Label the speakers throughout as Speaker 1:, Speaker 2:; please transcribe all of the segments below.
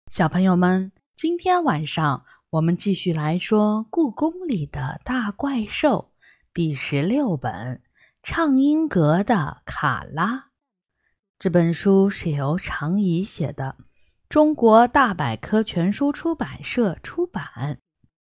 Speaker 1: 小朋友们，今天晚上我们继续来说故宫里的大怪兽第16本畅音阁的卡拉。这本书是由常怡写的，中国大百科全书出版社出版。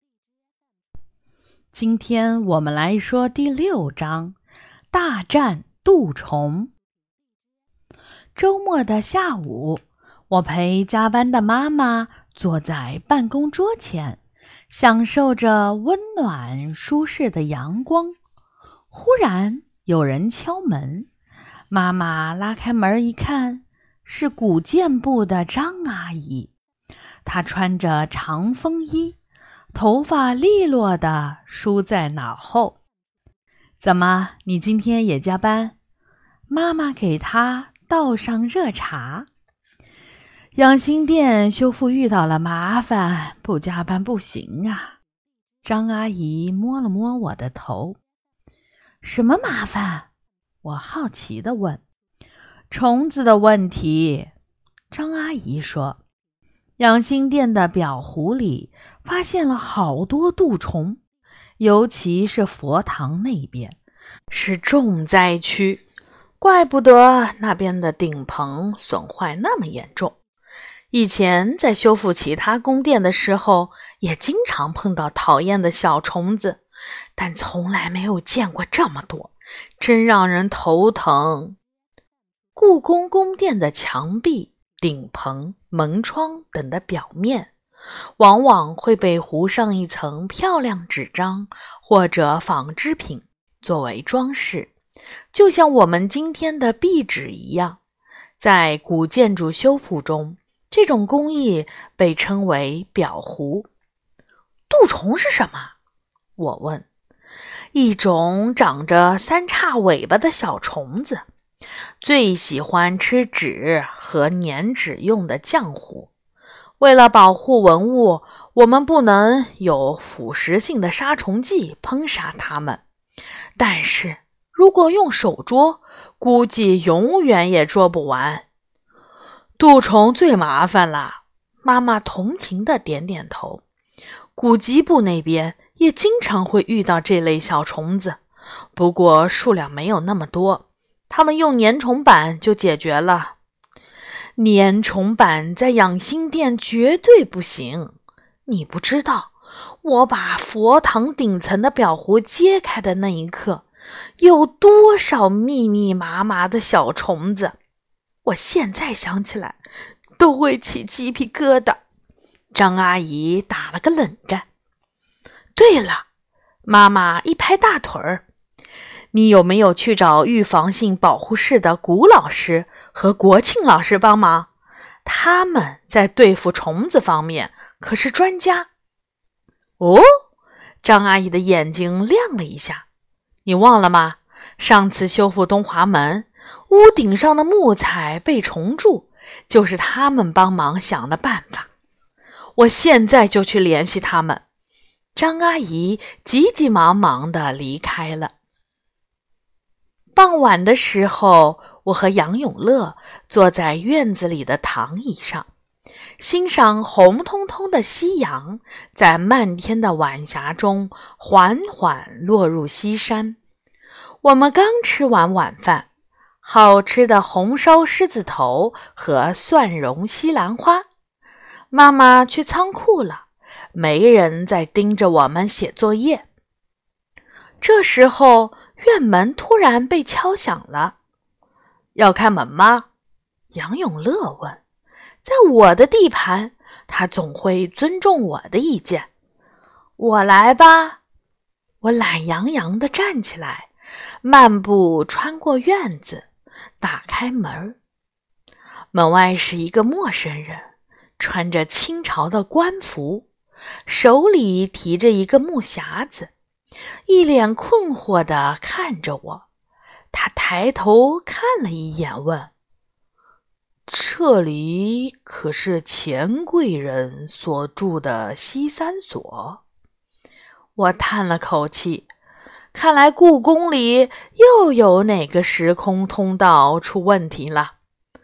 Speaker 1: 今天我们来说第6章大战杜虫。周末的下午，我陪加班的妈妈坐在办公桌前，享受着温暖舒适的阳光。忽然有人敲门，妈妈拉开门一看，是古建部的张阿姨。她穿着长风衣，头发利落地梳在脑后。怎么，你今天也加班？妈妈给她倒上热茶。养心殿修复遇到了麻烦，不加班不行啊。张阿姨摸了摸我的头。什么麻烦？我好奇地问。虫子的问题。张阿姨说，养心殿的表湖里发现了好多杜虫，尤其是佛堂那边，是重灾区，怪不得那边的顶棚损坏那么严重。以前在修复其他宫殿的时候，也经常碰到讨厌的小虫子，但从来没有见过这么多，真让人头疼。故宫宫殿的墙壁、顶棚、门窗等的表面，往往会被糊上一层漂亮纸张或者纺织品作为装饰，就像我们今天的壁纸一样。在古建筑修复中，这种工艺被称为裱糊。杜虫是什么？我问。一种长着3叉尾巴的小虫子，最喜欢吃纸和粘纸用的浆糊。为了保护文物，我们不能有腐蚀性的杀虫剂喷杀它们，但是如果用手捉，估计永远也捉不完。杜虫最麻烦了，妈妈同情地点点头。古籍部那边也经常会遇到这类小虫子，不过数量没有那么多，他们用粘虫板就解决了。粘虫板在养心殿绝对不行，你不知道，我把佛堂顶层的表糊揭开的那一刻，有多少密密麻麻的小虫子，我现在想起来都会起鸡皮疙瘩。张阿姨打了个冷战。对了，妈妈一拍大腿儿，你有没有去找预防性保护室的古老师和国庆老师帮忙？他们在对付虫子方面可是专家。哦，张阿姨的眼睛亮了一下。你忘了吗？上次修复东华门，屋顶上的木材被虫蛀，就是他们帮忙想的办法。我现在就去联系他们。张阿姨急急忙忙地离开了。傍晚的时候，我和杨永乐坐在院子里的躺椅上，欣赏红彤彤的夕阳在漫天的晚霞中缓缓落入西山。我们刚吃完晚饭，好吃的红烧狮子头和蒜蓉西兰花。妈妈去仓库了，没人在盯着我们写作业。这时候，院门突然被敲响了。要开门吗？杨永乐问。在我的地盘，他总会尊重我的意见。我来吧。我懒洋洋地站起来，漫步穿过院子，打开门。门外是一个陌生人，穿着清朝的官服，手里提着一个木匣子，一脸困惑地看着我。他抬头看了一眼，问：这里可是钱贵人所住的西三所？我叹了口气，看来故宫里又有哪个时空通道出问题了。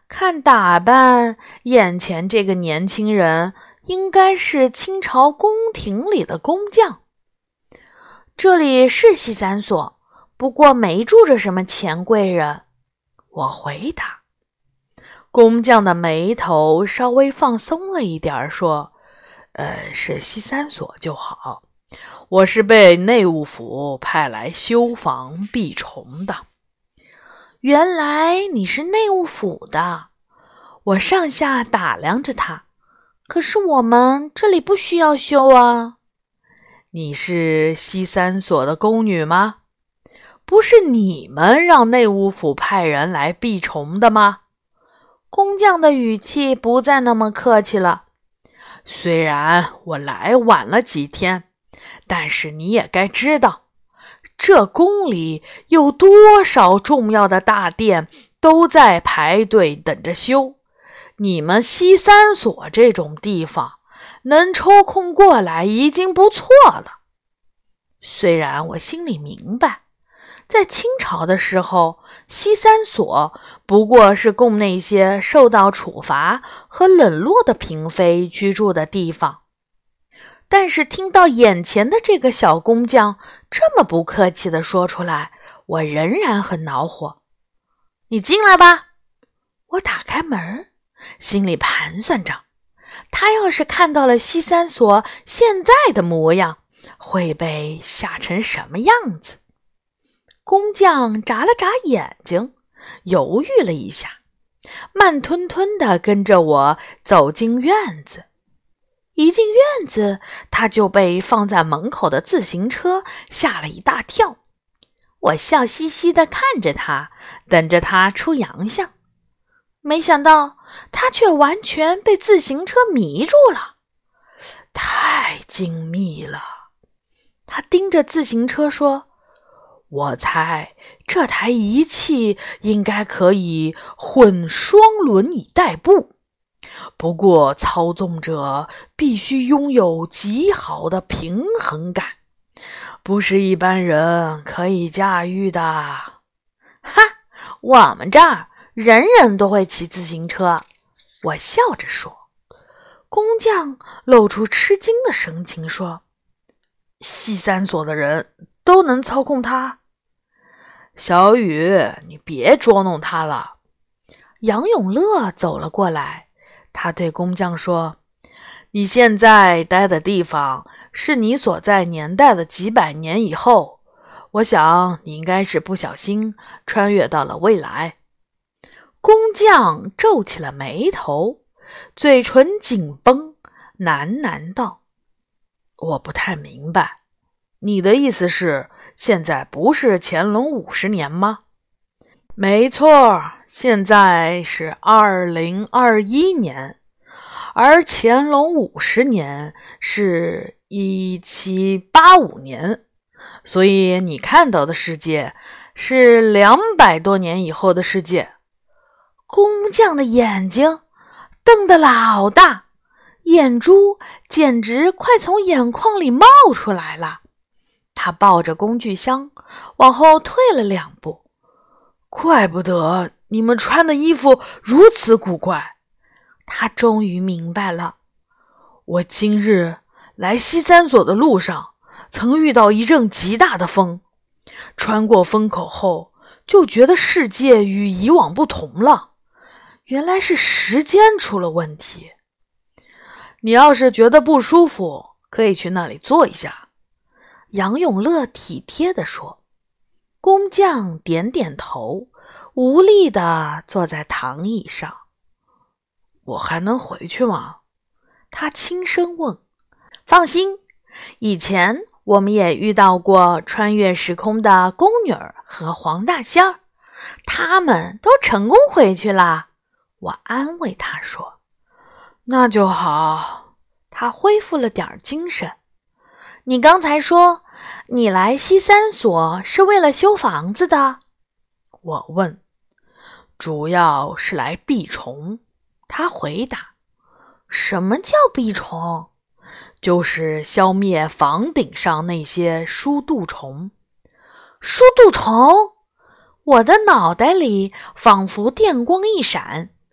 Speaker 2: 看打扮，眼前这个年轻人应该是清朝宫廷里的工匠。这里是西三所，不过没住着什么钱贵人，我回答。工匠的眉头稍微放松了一点，说：是西三所就好，我是被内务府派来修房避虫的。原来你是内务府的，我上下打量着他。可是我们这里不需要修啊。你是西三所的宫女吗？不是你们让内务府派人来避虫的吗？工匠的语气不再那么客气了。虽然我来晚了几天，但是你也该知道，这宫里有多少重要的大殿都在排队等着修。你们西三所这种地方能抽空过来已经不错了。虽然我心里明白，在清朝的时候，西三所不过是供那些受到处罚和冷落的嫔妃居住的地方，但是听到眼前的这个小工匠这么不客气地说出来，我仍然很恼火。你进来吧。我打开门，心里盘算着，他要是看到了西三所现在的模样，会被吓成什么样子。工匠眨了眨眼睛，犹豫了一下，慢吞吞地跟着我走进院子。一进院子，他就被放在门口的自行车吓了一大跳。我笑嘻嘻地看着他，等着他出洋相。没想到他却完全被自行车迷住了，太精密了。他盯着自行车说：我猜这台仪器应该可以混双轮椅代步，不过操纵者必须拥有极好的平衡感，不是一般人可以驾驭的。哈，我们这儿人人都会骑自行车，我笑着说。工匠露出吃惊的神情说：西三所的人都能操控它？小雨，你别捉弄他了。杨永乐走了过来，他对工匠说：你现在待的地方是你所在年代的几百年以后，我想你应该是不小心穿越到了未来。工匠皱起了眉头，嘴唇紧绷，喃喃道：我不太明白，你的意思是现在不是乾隆50年吗？没错，现在是2021年，而乾隆50年是1785年，所以你看到的世界是200多年以后的世界。工匠的眼睛瞪得老大，眼珠简直快从眼眶里冒出来了。他抱着工具箱往后退了2步。怪不得你们穿的衣服如此古怪。他终于明白了。我今日来西三所的路上，曾遇到一阵极大的风，穿过风口后，就觉得世界与以往不同了。原来是时间出了问题。你要是觉得不舒服，可以去那里坐一下。杨永乐体贴地说。工匠点点头，无力地坐在躺椅上。我还能回去吗？他轻声问。放心，以前我们也遇到过穿越时空的宫女儿和黄大仙儿，他们都成功回去了。我安慰他说。那就好。他恢复了点精神。你刚才说你来西三所是为了修房子的？我问。主要是来避虫。他回答。什么叫避虫？就是消灭房顶上那些疏肚虫。疏肚虫？我的脑袋里仿佛电光一闪，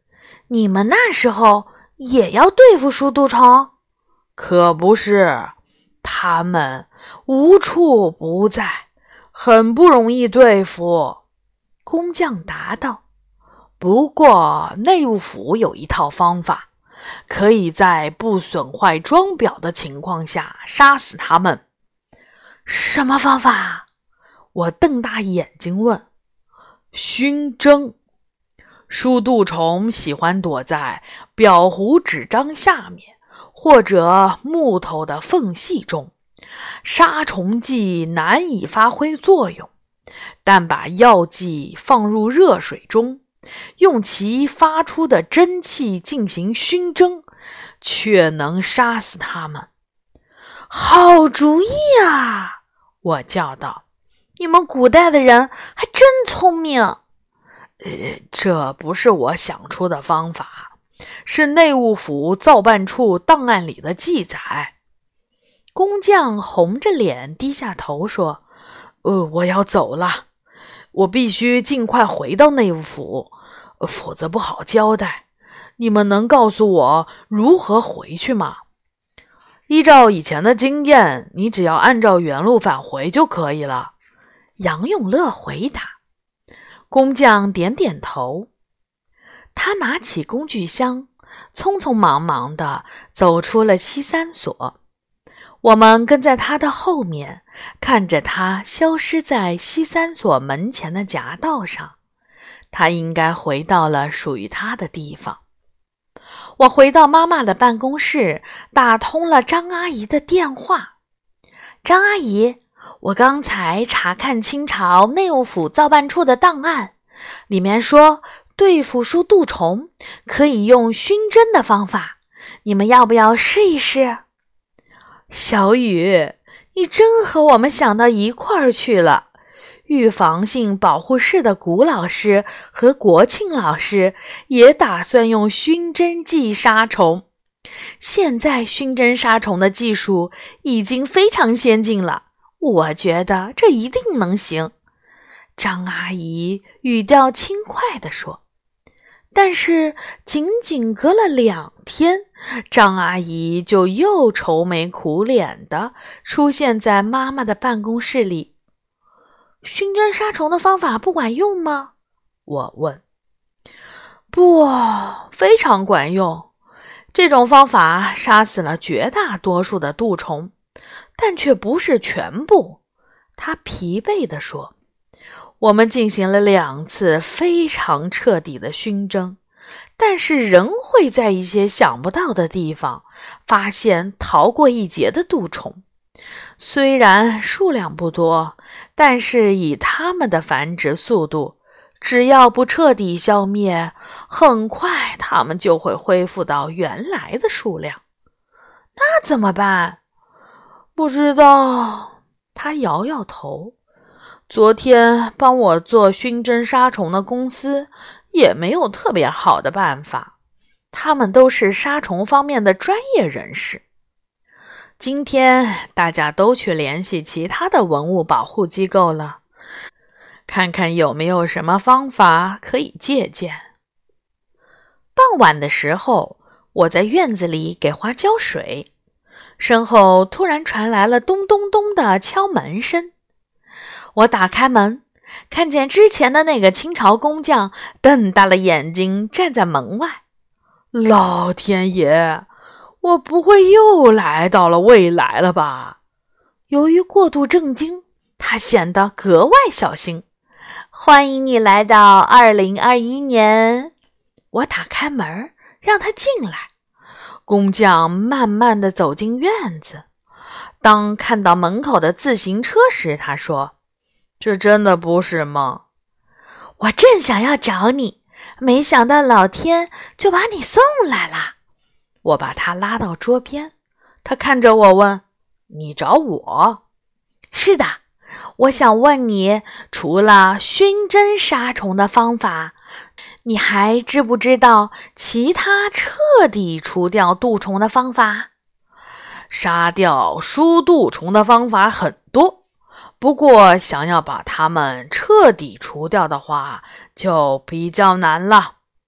Speaker 2: 你们那时候也要对付鼠肚虫？
Speaker 3: 可不是，它们无处不在，很不容易对付。工匠答道。不过内务府有一套方法，可以在不损坏装裱的情况下杀死它们。
Speaker 2: 什么方法？
Speaker 3: 我瞪大眼睛问。熏蒸。鼠肚虫喜欢躲在裱糊纸张下面或者木头的缝隙中，杀虫剂难以发挥作用，但把药剂放入热水中，用其发出的蒸汽进行熏蒸，却能杀死它们。
Speaker 2: 好主意啊！
Speaker 3: 我叫道。
Speaker 2: 你们古代的人还真聪明。
Speaker 3: 这不是我想出的方法，是内务府造办处档案里的记载。
Speaker 2: 工匠红着脸低下头说，
Speaker 3: 我要走了，我必须尽快回到内务府，否则不好交代。你们能告诉我如何回去吗？依照以前的经验，你只要按照原路返回就可以了。
Speaker 2: 杨永乐回答。
Speaker 3: 工匠点点头，
Speaker 2: 他拿起工具箱，匆匆忙忙地走出了西三所。我们跟在他的后面，看着他消失在西三所门前的夹道上。他应该回到了属于他的地方。我回到妈妈的办公室，打通了张阿姨的电话。张阿姨，我刚才查看清朝内务府造办处的档案，里面说对付鼠肚虫可以用熏蒸的方法，你们要不要试一试？小雨，你真和我们想到一块儿去了。预防性保护室的古老师和国庆老师也打算用熏蒸剂杀虫。现在熏蒸杀虫的技术已经非常先进了，我觉得这一定能行。张阿姨语调轻快地说。但是仅仅隔了2天，张阿姨就又愁眉苦脸地出现在妈妈的办公室里。熏蒸杀虫的方法不管用吗？我问。
Speaker 3: 不，非常管用。这种方法杀死了绝大多数的蠹虫，但却不是全部。他疲惫地说。我们进行了2次非常彻底的熏蒸，但是仍会在一些想不到的地方发现逃过一劫的蠹虫。虽然数量不多，但是以它们的繁殖速度，只要不彻底消灭，很快它们就会恢复到原来的数量。
Speaker 2: 那怎么办？
Speaker 3: 不知道。他摇摇头。昨天帮我做熏蒸杀虫的公司也没有特别好的办法，他们都是杀虫方面的专业人士。今天大家都去联系其他的文物保护机构了，看看有没有什么方法可以借鉴。傍晚的时候，我在院子里给花浇水，身后突然传来了咚咚咚的敲门声。我打开门，看见之前的那个清朝工匠瞪大了眼睛站在门外。老天爷，我不会又来到了未来了吧？由于过度震惊，他显得格外小心。
Speaker 2: 欢迎你来到2021年。
Speaker 3: 我打开门，让他进来。工匠慢慢地走进院子。当看到门口的自行车时，他说：“这真的不是梦。”
Speaker 2: 我正想要找你，没想到老天就把你送来了。
Speaker 3: 我把他拉到桌边，他看着我问：“你找我？”
Speaker 2: 是的，我想问你，除了熏蒸杀虫的方法，你还知不知道其他彻底除掉蠹虫的方法？
Speaker 3: 杀掉鼠肚虫的方法很多，不过想要把它们彻底除掉的话，就比较难了。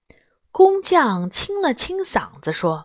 Speaker 3: 工匠清了清嗓子说：“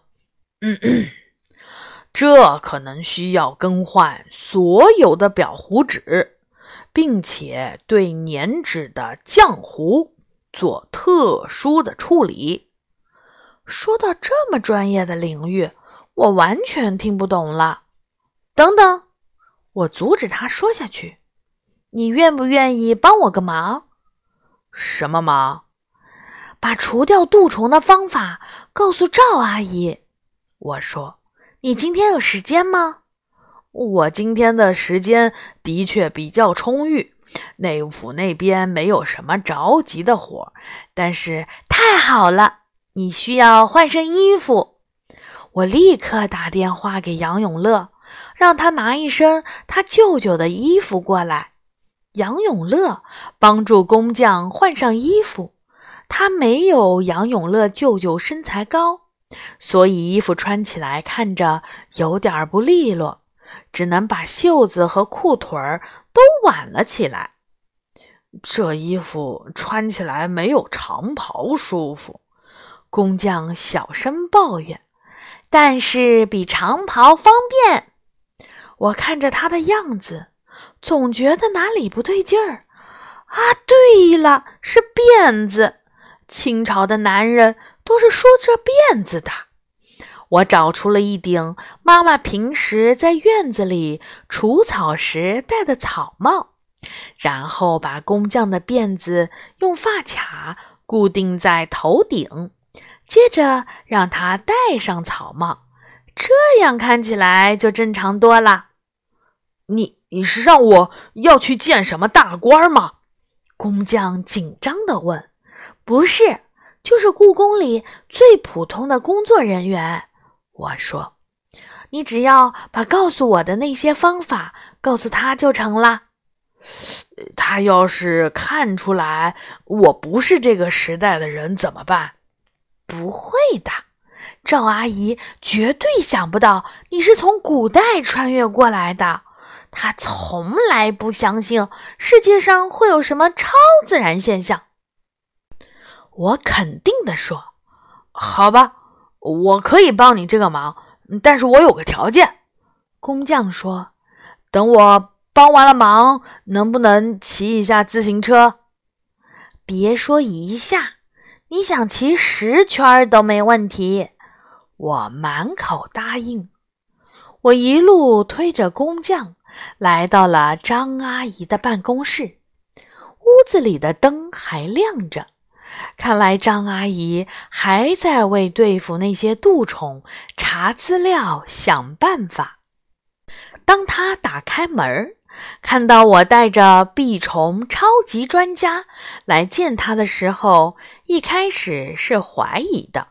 Speaker 3: 这可能需要更换所有的裱糊纸，并且对粘纸的浆糊做特殊的处理。”说到这么专业的领域，我完全听不懂了。等等，我阻止他说下去。你愿不愿意帮我个忙？什么忙？把除掉蠹虫的方法告诉赵阿姨。我说，你今天有时间吗？我今天的时间的确比较充裕，内务府那边没有什么着急的活，但是太好了，你需要换身衣服。我立刻打电话给杨永乐，让他拿一身他舅舅的衣服过来。杨永乐帮助工匠换上衣服，他没有杨永乐舅舅身材高，所以衣服穿起来看着有点不利落，只能把袖子和裤腿都挽了起来。这衣服穿起来没有长袍舒服，工匠小声抱怨，但是比长袍方便。我看着他的样子，总觉得哪里不对劲儿。啊，对了，是辫子。清朝的男人都是梳着辫子的。我找出了一顶妈妈平时在院子里除草时戴的草帽，然后把工匠的辫子用发卡固定在头顶，接着让他戴上草帽，这样看起来就正常多了。你是让我要去见什么大官吗？工匠紧张地问。不是，就是故宫里最普通的工作人员。我说，你只要把告诉我的那些方法告诉他就成了。他要是看出来我不是这个时代的人怎么办？不会的，赵阿姨绝对想不到你是从古代穿越过来的。她从来不相信世界上会有什么超自然现象。我肯定地说，好吧，我可以帮你这个忙，但是我有个条件。工匠说，等我帮完了忙，能不能骑一下自行车？别说一下，你想骑10圈都没问题。我满口答应。我一路推着工匠来到了张阿姨的办公室，屋子里的灯还亮着，看来张阿姨还在为对付那些蠹虫查资料想办法。当她打开门，看到我带着蜱虫超级专家来见她的时候，一开始是怀疑的。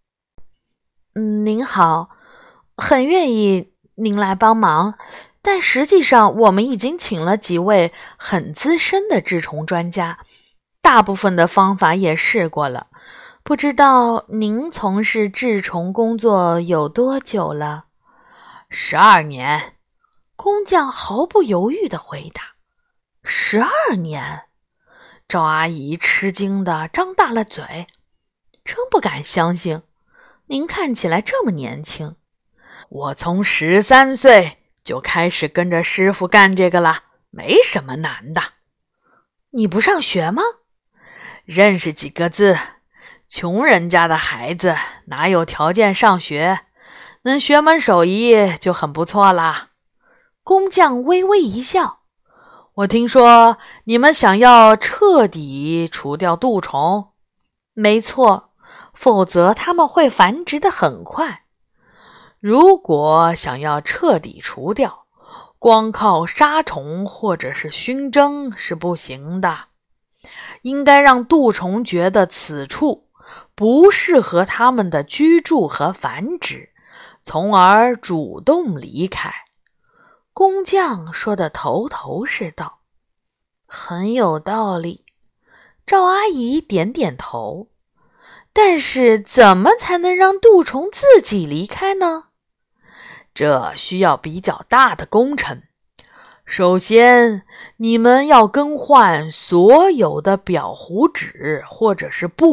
Speaker 3: 您好，很愿意您来帮忙，但实际上我们已经请了几位很资深的治虫专家，大部分的方法也试过了。不知道您从事治虫工作有多久了？12年。工匠毫不犹豫地回答。12年？赵阿姨吃惊地张大了嘴，真不敢相信，您看起来这么年轻。我从13岁就开始跟着师傅干这个了，没什么难的。你不上学吗？认识几个字，穷人家的孩子哪有条件上学，能学门手艺就很不错啦。工匠微微一笑，我听说你们想要彻底除掉蠹虫。没错，否则它们会繁殖得很快。如果想要彻底除掉，光靠杀虫或者是熏蒸是不行的，应该让蠹虫觉得此处不适合它们的居住和繁殖，从而主动离开。工匠说得头头是道，很有道理。赵阿姨点点头。但是怎么才能让蠹虫自己离开呢？这需要比较大的工程。首先，你们要更换所有的裱糊纸或者是布，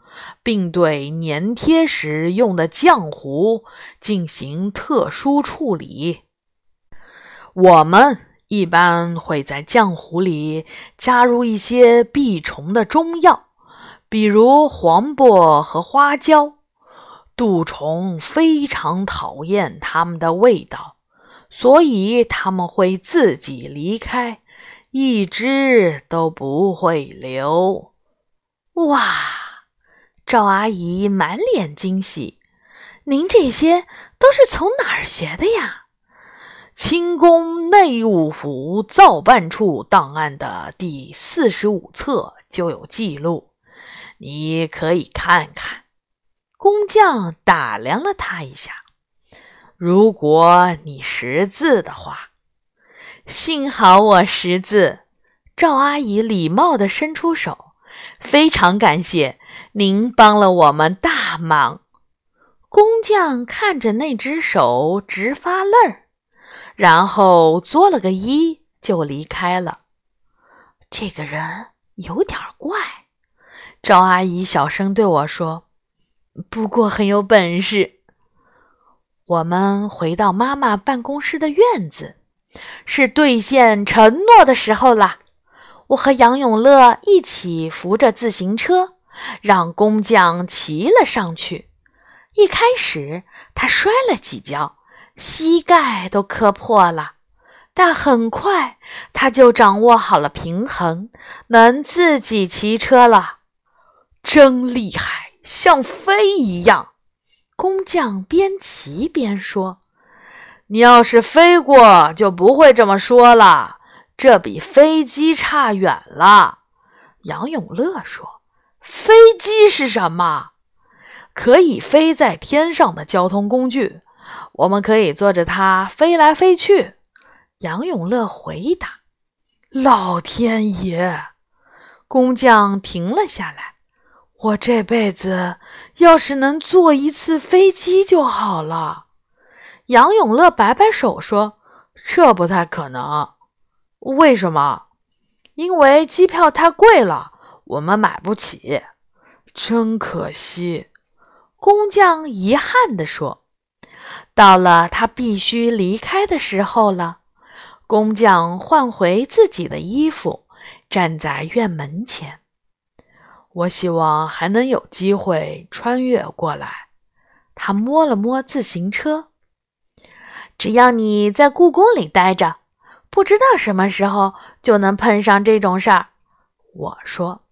Speaker 3: 并对粘贴时用的浆糊进行特殊处理。我们一般会在浆糊里加入一些避虫的中药，比如黄柏和花椒。蠹虫非常讨厌它们的味道，所以它们会自己离开，一只都不会留。
Speaker 2: 哇！赵阿姨满脸惊喜，您这些都是从哪儿学的呀？
Speaker 3: 清宫内务府造办处档案的第45册就有记录，你可以看看。工匠打量了他一下，如果你识字的话。
Speaker 2: 幸好我识字，赵阿姨礼貌地伸出手，非常感谢您帮了我们大忙。工匠看着那只手直发愣儿，然后作了个揖就离开了。这个人有点怪，赵阿姨小声对我说，不过很有本事。我们回到妈妈办公室的院子，是兑现承诺的时候啦。我和杨永乐一起扶着自行车，让工匠骑了上去。一开始他摔了几跤，膝盖都磕破了，但很快他就掌握好了平衡，能自己骑车了。
Speaker 3: 真厉害，像飞一样。
Speaker 2: 工匠边骑边说，
Speaker 3: 你要是飞过就不会这么说了，这比飞机差远了。
Speaker 2: 杨永乐说，
Speaker 3: 飞机是什么？可以飞在天上的交通工具，我们可以坐着它飞来飞去。
Speaker 2: 杨永乐回答。
Speaker 3: 老天爷！
Speaker 2: 工匠停了下来，
Speaker 3: 我这辈子要是能坐一次飞机就好了。
Speaker 2: 杨永乐摆摆手说，
Speaker 3: 这不太可能。
Speaker 2: 为什么？
Speaker 3: 因为机票太贵了，我们买不起。真可惜。
Speaker 2: 工匠遗憾地说，到了他必须离开的时候了。工匠换回自己的衣服，站在院门前。
Speaker 3: 我希望还能有机会穿越过来。
Speaker 2: 他摸了摸自行车。只要你在故宫里待着，不知道什么时候就能碰上这种事儿。我说，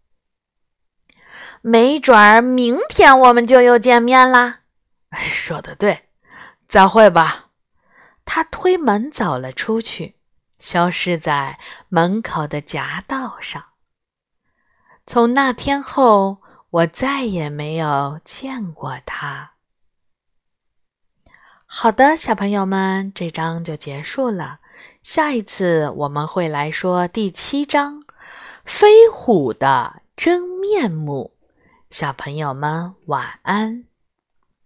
Speaker 2: 没准儿明天我们就又见面啦。
Speaker 3: 说得对，再会吧。
Speaker 2: 他推门走了出去，消失在门口的夹道上。从那天后，我再也没有见过他。好的，小朋友们，这章就结束了。下一次我们会来说第7章，飞虎的真面目。小朋友们晚安。